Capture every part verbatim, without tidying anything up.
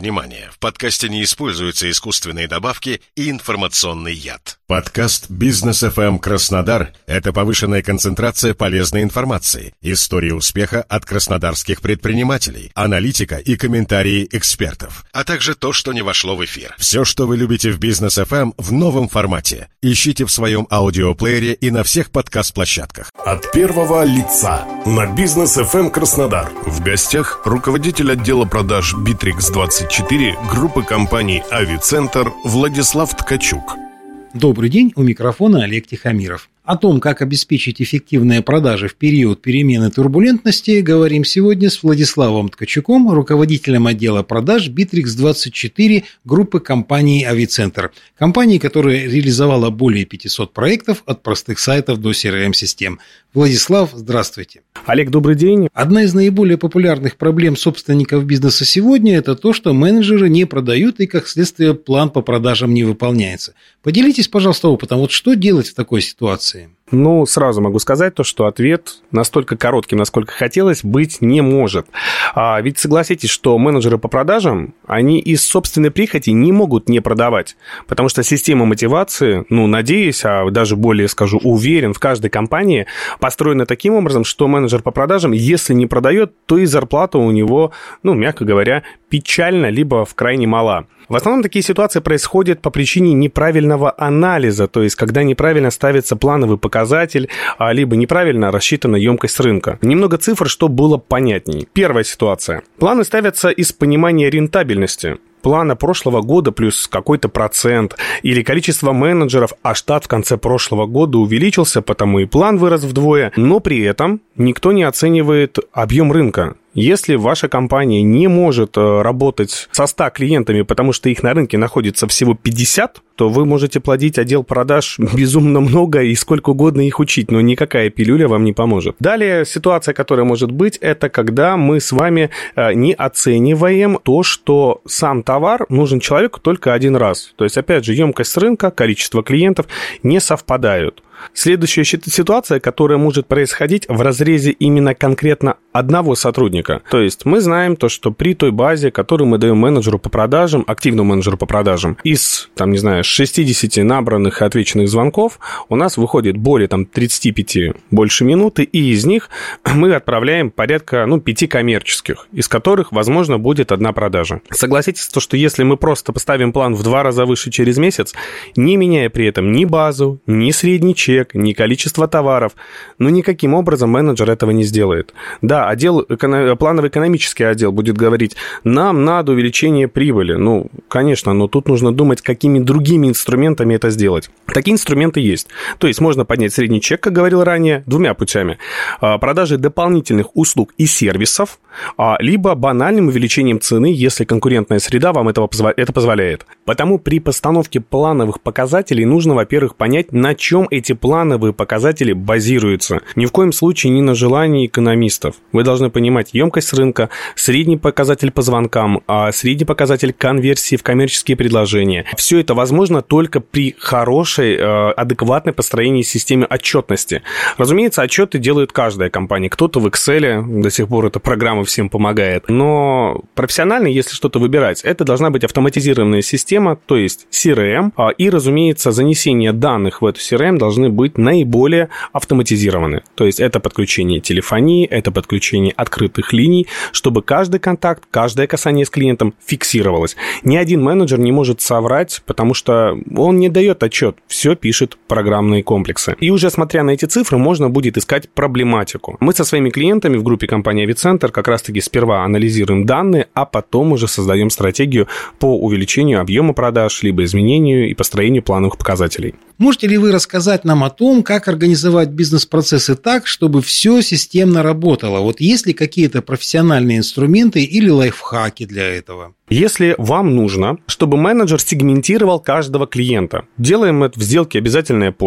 внимание, в подкасте не используются искусственные добавки и информационный яд. Подкаст «Бизнес эф эм Краснодар» — это повышенная концентрация полезной информации, истории успеха от краснодарских предпринимателей, аналитика и комментарии экспертов, а также то, что не вошло в эфир. Все, что вы любите в «Бизнес эф эм» в новом формате. Ищите в своем аудиоплеере и на всех подкаст-площадках. От первого лица на «Бизнес эф эм Краснодар». В гостях руководитель отдела продаж Битрикс двадцать четыре группы компаний «Авицентр» Владислав Ткачук. Добрый день, у микрофона Олег Тихомиров. О том, как обеспечить эффективные продажи в период перемены турбулентности, говорим сегодня с Владиславом Ткачуком, руководителем отдела продаж Битрикс двадцать четыре группы компании «Авицентр». Компании, которая реализовала более пятисот проектов от простых сайтов до си ар эм-систем. Владислав, здравствуйте. Олег, добрый день. Одна из наиболее популярных проблем собственников бизнеса сегодня – это то, что менеджеры не продают и, как следствие, план по продажам не выполняется. Поделитесь, пожалуйста, опытом. Вот что делать в такой ситуации? Ну, сразу могу сказать то, что ответ настолько коротким, насколько хотелось, быть не может. А ведь согласитесь, что менеджеры по продажам, они из собственной прихоти не могут не продавать, потому что система мотивации, ну, надеюсь, а даже более скажу, уверен, в каждой компании построена таким образом, что менеджер по продажам, если не продает, то и зарплата у него, ну, мягко говоря, печально, либо в крайне мала. В основном такие ситуации происходят по причине неправильного анализа, то есть когда неправильно ставится плановый показатель, либо неправильно рассчитана емкость рынка. Немного цифр, чтобы было понятней. Первая ситуация. Планы ставятся из понимания рентабельности. Плана прошлого года плюс какой-то процент или количество менеджеров, а штат в конце прошлого года увеличился, потому и план вырос вдвое, но при этом никто не оценивает объем рынка. Если ваша компания не может работать со ста клиентами, потому что их на рынке находится всего пятьдесят, то вы можете плодить отдел продаж безумно много и сколько угодно их учить, но никакая пилюля вам не поможет. Далее ситуация, которая может быть, это когда мы с вами не оцениваем то, что сам товар нужен человеку только один раз. То есть, опять же, емкость рынка, количество клиентов не совпадают. Следующая ситуация, которая может происходить в разрезе именно конкретно одного сотрудника. То есть мы знаем то, что при той базе, которую мы даем менеджеру по продажам, активному менеджеру по продажам, из, там, не знаю, шестидесяти набранных и отвеченных звонков у нас выходит более там тридцати пяти больше минуты, и из них мы отправляем порядка, ну, пяти коммерческих, из которых, возможно, будет одна продажа. Согласитесь, то, что если мы просто поставим план в два раза выше через месяц, не меняя при этом ни базу, ни средний чек, ни количество товаров, но никаким образом менеджер этого не сделает. Да, отдел, плановый экономический отдел будет говорить, нам надо увеличение прибыли. Ну, конечно, но тут нужно думать, какими другими инструментами это сделать. Такие инструменты есть. То есть можно поднять средний чек, как говорил ранее, двумя путями. Продажи дополнительных услуг и сервисов, либо банальным увеличением цены, если конкурентная среда вам этого это позволяет. Потому при постановке плановых показателей нужно, во-первых, понять, на чем эти плановые показатели базируются. Ни в коем случае не на желании экономистов. Вы должны понимать емкость рынка, средний показатель по звонкам, средний показатель конверсии в коммерческие предложения. Все это возможно только при хорошей, адекватной построении системы отчетности. Разумеется, отчеты делает каждая компания. Кто-то в Excel, до сих пор эта программа всем помогает. Но профессионально, если что-то выбирать, это должна быть автоматизированная система, то есть си ар эм. И, разумеется, занесение данных в эту си ар эм должны быть наиболее автоматизированы. То есть это подключение телефонии, это подключение открытых линий, чтобы каждый контакт, каждое касание с клиентом фиксировалось. Ни один менеджер не может соврать, потому что он не дает отчет, все пишет программные комплексы. И уже смотря на эти цифры, можно будет искать проблематику. Мы со своими клиентами в группе компании «Авицентр» как раз-таки сперва анализируем данные, а потом уже создаем стратегию по увеличению объема продаж, либо изменению и построению плановых показателей. Можете ли вы рассказать нам о том, как организовать бизнес-процессы так, чтобы все системно работало? Вот есть ли какие-то профессиональные инструменты или лайфхаки для этого? Если вам нужно, чтобы менеджер сегментировал каждого клиента, делаем это в сделке обязательное поле,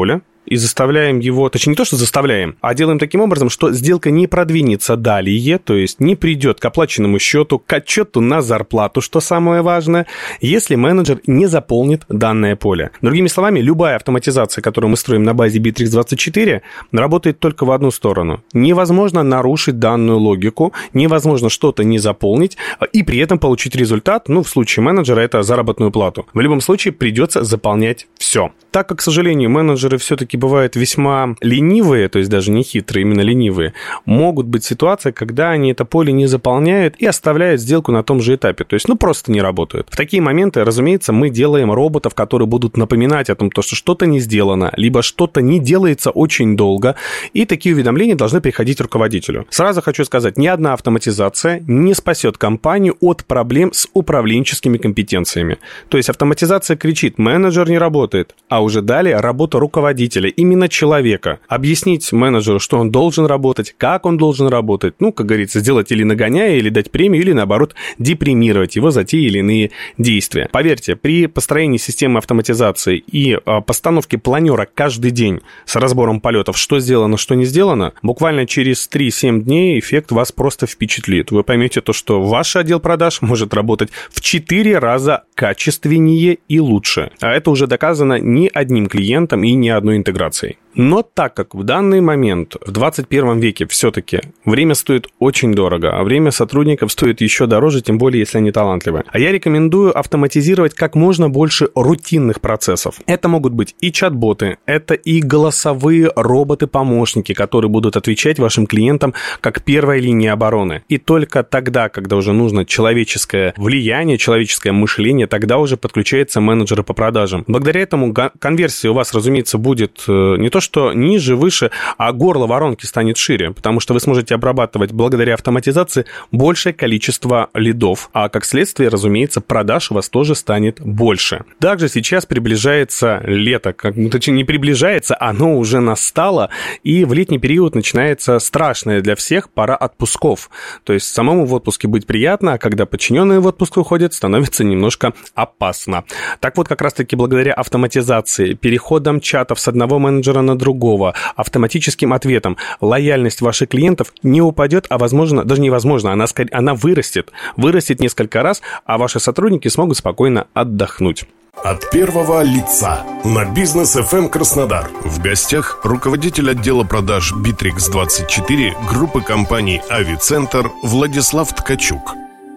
и заставляем его, точнее, не то, что заставляем, а делаем таким образом, что сделка не продвинется далее, то есть не придет к оплаченному счету, к отчету на зарплату, что самое важное, если менеджер не заполнит данное поле. Другими словами, любая автоматизация, которую мы строим на базе Bittrex двадцать четыре, работает только в одну сторону. Невозможно нарушить данную логику, невозможно что-то не заполнить и при этом получить результат, ну, в случае менеджера, это заработную плату. В любом случае придется заполнять все. Так как, к сожалению, менеджеры все-таки бывают весьма ленивые, то есть даже не хитрые, именно ленивые, могут быть ситуации, когда они это поле не заполняют и оставляют сделку на том же этапе, то есть, ну, просто не работают. В такие моменты, разумеется, мы делаем роботов, которые будут напоминать о том, что что-то не сделано, либо что-то не делается очень долго, и такие уведомления должны приходить руководителю. Сразу хочу сказать, ни одна автоматизация не спасет компанию от проблем с управленческими компетенциями. То есть автоматизация кричит, менеджер не работает, а уже далее работа руководителя, именно человека. Объяснить менеджеру, что он должен работать, как он должен работать, ну, как говорится, сделать или нагоняя, или дать премию, или, наоборот, депримировать его за те или иные действия. Поверьте, при построении системы автоматизации и а, постановке планера каждый день с разбором полетов, что сделано, что не сделано, буквально через три-семь дней эффект вас просто впечатлит. Вы поймете то, что ваш отдел продаж может работать в четыре раза качественнее и лучше. А это уже доказано не одним клиентом и не одной интеграцией. Но так как в данный момент, в двадцать первом веке все-таки время стоит очень дорого, а время сотрудников стоит еще дороже, тем более, если они талантливы. А я рекомендую автоматизировать как можно больше рутинных процессов. Это могут быть и чат-боты, это и голосовые роботы-помощники, которые будут отвечать вашим клиентам как первая линия обороны. И только тогда, когда уже нужно человеческое влияние, человеческое мышление, тогда уже подключается менеджеры по продажам. Благодаря этому конверсия у вас, разумеется, будет не то, что ниже, выше, а горло воронки станет шире, потому что вы сможете обрабатывать благодаря автоматизации большее количество лидов, а как следствие, разумеется, продаж у вас тоже станет больше. Также сейчас приближается лето, как, точнее, не приближается, оно уже настало, и в летний период начинается страшная для всех пора отпусков. То есть самому в отпуске быть приятно, а когда подчиненные в отпуск выходят, становится немножко опасно. Так вот, как раз-таки благодаря автоматизации, переходам чатов с одного менеджера на другого, автоматическим ответом, лояльность ваших клиентов не упадет, а возможно, даже невозможно, она, она вырастет, вырастет несколько раз, а ваши сотрудники смогут спокойно отдохнуть. От первого лица на Бизнес эф эм Краснодар. В гостях руководитель отдела продаж Bittrex двадцать четыре группы компаний «Авицентр» Владислав Ткачук.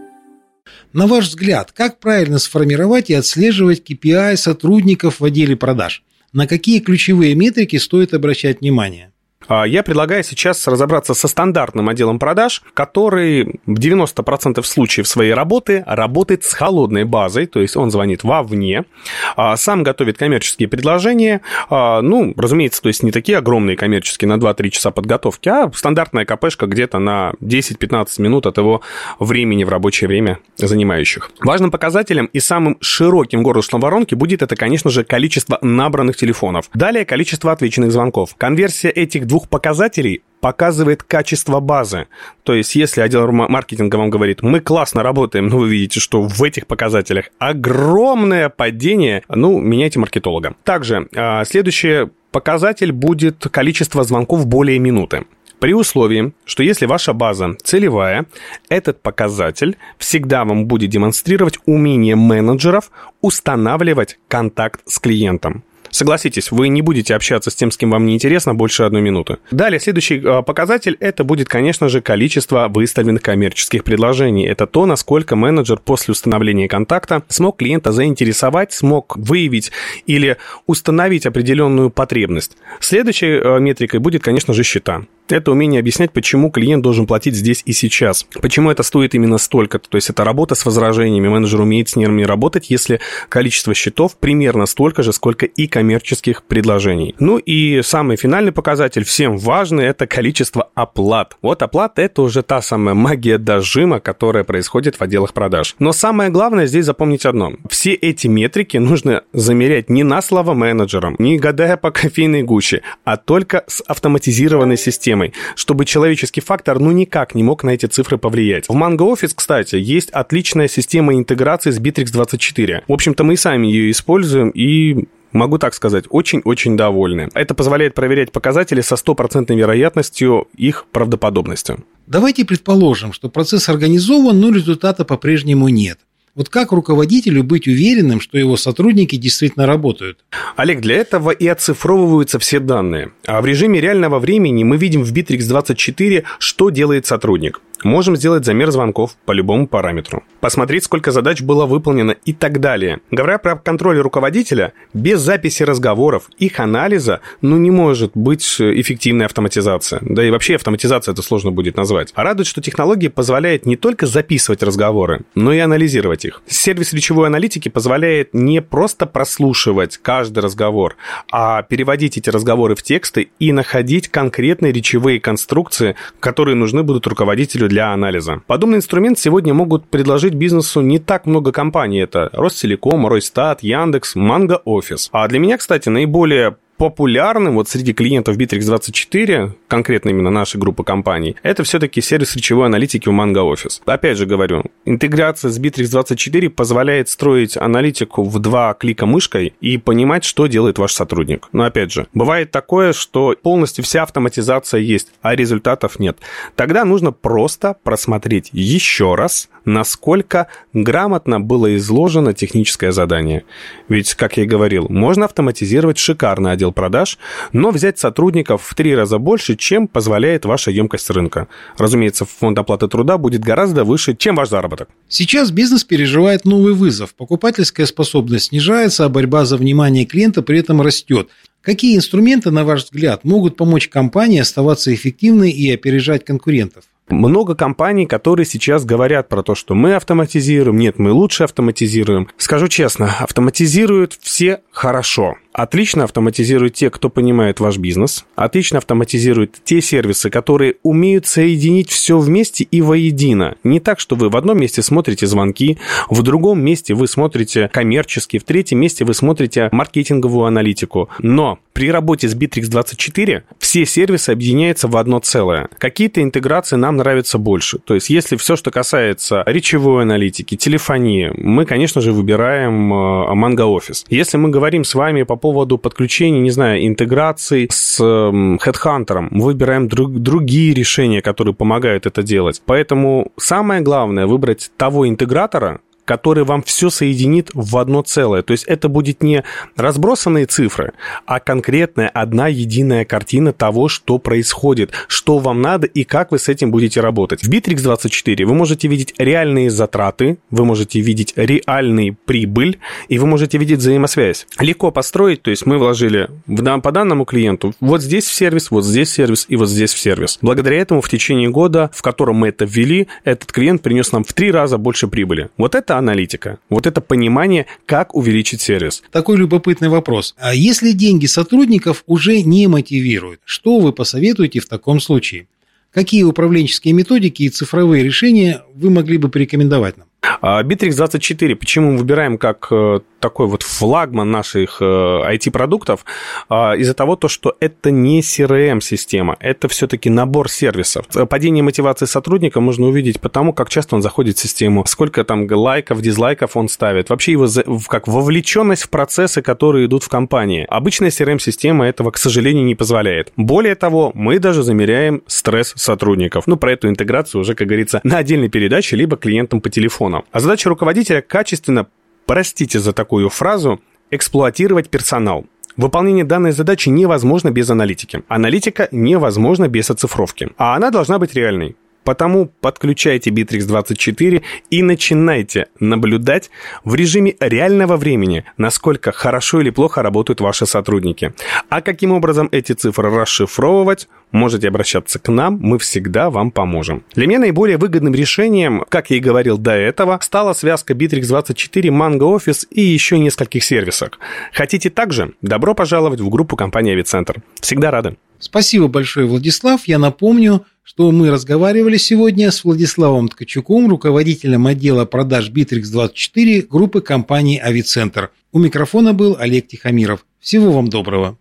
На ваш взгляд, как правильно сформировать и отслеживать кей пи ай сотрудников в отделе продаж? На какие ключевые метрики стоит обращать внимание? Я предлагаю сейчас разобраться со стандартным отделом продаж, который в девяносто процентов случаев своей работы работает с холодной базой, то есть он звонит вовне, сам готовит коммерческие предложения, ну, разумеется, то есть не такие огромные коммерческие на два-три часа подготовки, а стандартная КПшка где-то на десять-пятнадцать минут от его времени в рабочее время занимающих. Важным показателем и самым широким горлышком воронки будет это, конечно же, количество набранных телефонов. Далее количество отвеченных звонков. Конверсия этих двух показателей показывает качество базы. То есть, если отдел маркетинга вам говорит, мы классно работаем, но вы видите, что в этих показателях огромное падение, ну, меняйте маркетолога. Также следующий показатель будет количество звонков более минуты. При условии, что если ваша база целевая, этот показатель всегда вам будет демонстрировать умение менеджеров устанавливать контакт с клиентом. Согласитесь, вы не будете общаться с тем, с кем вам не интересно, больше одной минуты. Далее, следующий показатель, это будет, конечно же, количество выставленных коммерческих предложений. Это то, насколько менеджер после установления контакта смог клиента заинтересовать, смог выявить или установить определенную потребность. Следующей метрикой будет, конечно же, счета. Это умение объяснять, почему клиент должен платить здесь и сейчас. Почему это стоит именно столько-то. То есть это работа с возражениями. Менеджер умеет с нервами работать, если количество счетов примерно столько же, сколько и коммерческих предложений. Ну и самый финальный показатель, всем важный, это количество оплат. Вот оплата – это уже та самая магия дожима, которая происходит в отделах продаж. Но самое главное здесь запомнить одно. Все эти метрики нужно замерять не на слово менеджерам, не гадая по кофейной гуще, а только с автоматизированной системой, чтобы человеческий фактор ну никак не мог на эти цифры повлиять. В Mango Office, кстати, есть отличная система интеграции с Bittrex двадцать четыре. В общем-то, мы и сами ее используем, и могу так сказать, очень-очень довольны. Это позволяет проверять показатели со стопроцентной вероятностью их правдоподобности. Давайте предположим, что процесс организован, но результата по-прежнему нет. Вот как руководителю быть уверенным, что его сотрудники действительно работают? Олег, для этого и оцифровываются все данные. А в режиме реального времени мы видим в Битрикс двадцать четыре, что делает сотрудник. Можем сделать замер звонков по любому параметру, посмотреть, сколько задач было выполнено и так далее. Говоря про контроль руководителя, без записи разговоров, их анализа, ну, не может быть эффективной автоматизация. Да и вообще автоматизация это сложно будет назвать. А радует, что технология позволяет не только записывать разговоры, но и анализировать их. Сервис речевой аналитики позволяет не просто прослушивать каждый разговор, а переводить эти разговоры в тексты и находить конкретные речевые конструкции, которые нужны будут руководителю для анализа. Подобный инструмент сегодня могут предложить бизнесу не так много компаний. Это Ростелеком, Росстат, Яндекс, Манго Офис. А для меня, кстати, наиболее популярным вот среди клиентов Битрикс двадцать четыре, конкретно именно нашей группы компаний, это все-таки сервис речевой аналитики у Mango Office. Опять же говорю, интеграция с Битрикс двадцать четыре позволяет строить аналитику в два клика мышкой и понимать, что делает ваш сотрудник. Но опять же, бывает такое, что полностью вся автоматизация есть, а результатов нет. Тогда нужно просто просмотреть еще раз, насколько грамотно было изложено техническое задание. Ведь, как я и говорил, можно автоматизировать шикарный отдел продаж, но взять сотрудников в три раза больше, чем позволяет ваша емкость рынка. Разумеется, фонд оплаты труда будет гораздо выше, чем ваш заработок. Сейчас бизнес переживает новый вызов. Покупательская способность снижается, а борьба за внимание клиента при этом растет. Какие инструменты, на ваш взгляд, могут помочь компании оставаться эффективной и опережать конкурентов? Много компаний, которые сейчас говорят про то, что мы автоматизируем, нет, мы лучше автоматизируем. Скажу честно, автоматизируют все хорошо. Отлично автоматизируют те, кто понимает ваш бизнес. Отлично автоматизируют те сервисы, которые умеют соединить все вместе и воедино. Не так, что вы в одном месте смотрите звонки, в другом месте вы смотрите коммерческий, в третьем месте вы смотрите маркетинговую аналитику. Но при работе с Битрикс двадцать четыре все сервисы объединяются в одно целое. Какие-то интеграции нам нравятся больше. То есть, если все, что касается речевой аналитики, телефонии, мы, конечно же, выбираем Mango Office. Если мы говорим с вами по поводу подключения, не знаю, интеграции с HeadHunter, мы выбираем друг, другие решения, которые помогают это делать. Поэтому самое главное выбрать того интегратора, который вам все соединит в одно целое. То есть это будет не разбросанные цифры, а конкретная одна единая картина того, что происходит, что вам надо и как вы с этим будете работать. В Битрикс двадцать четыре вы можете видеть реальные затраты, вы можете видеть реальную прибыль, и вы можете видеть взаимосвязь. Легко построить, то есть мы вложили в, по данному клиенту вот здесь в сервис, вот здесь в сервис и вот здесь в сервис. Благодаря этому в течение года, в котором мы это ввели, этот клиент принес нам в три раза больше прибыли. Вот это аналитика. Вот это понимание, как увеличить сервис. Такой любопытный вопрос. А если деньги сотрудников уже не мотивируют, что вы посоветуете в таком случае? Какие управленческие методики и цифровые решения вы могли бы порекомендовать нам? Битрикс двадцать четыре, почему мы выбираем как такой вот флагман наших ай ти-продуктов? Из-за того, что это не си ар эм-система, это все-таки набор сервисов. Падение мотивации сотрудника можно увидеть по тому, как часто он заходит в систему, сколько там лайков, дизлайков он ставит, вообще его как вовлеченность в процессы, которые идут в компании. Обычная си ар эм-система этого, к сожалению, не позволяет. Более того, мы даже замеряем стресс сотрудников. Ну, про эту интеграцию уже, как говорится, на отдельной передаче, либо клиентам по телефону. А задача руководителя качественно, простите за такую фразу, эксплуатировать персонал. Выполнение данной задачи невозможно без аналитики. Аналитика невозможна без оцифровки. А она должна быть реальной. Потому подключайте Битрикс двадцать четыре и начинайте наблюдать в режиме реального времени, насколько хорошо или плохо работают ваши сотрудники. А каким образом эти цифры расшифровывать, можете обращаться к нам, мы всегда вам поможем. Для меня наиболее выгодным решением, как я и говорил до этого, стала связка Битрикс двадцать четыре, Mango Office и еще нескольких сервисов. Хотите также? Добро пожаловать в группу компании Авицентр. Всегда рады. Спасибо большое, Владислав. Я напомню, что мы разговаривали сегодня с Владиславом Ткачуком, руководителем отдела продаж Битрикс двадцать четыре группы компании Авицентр. У микрофона был Олег Тихомиров. Всего вам доброго.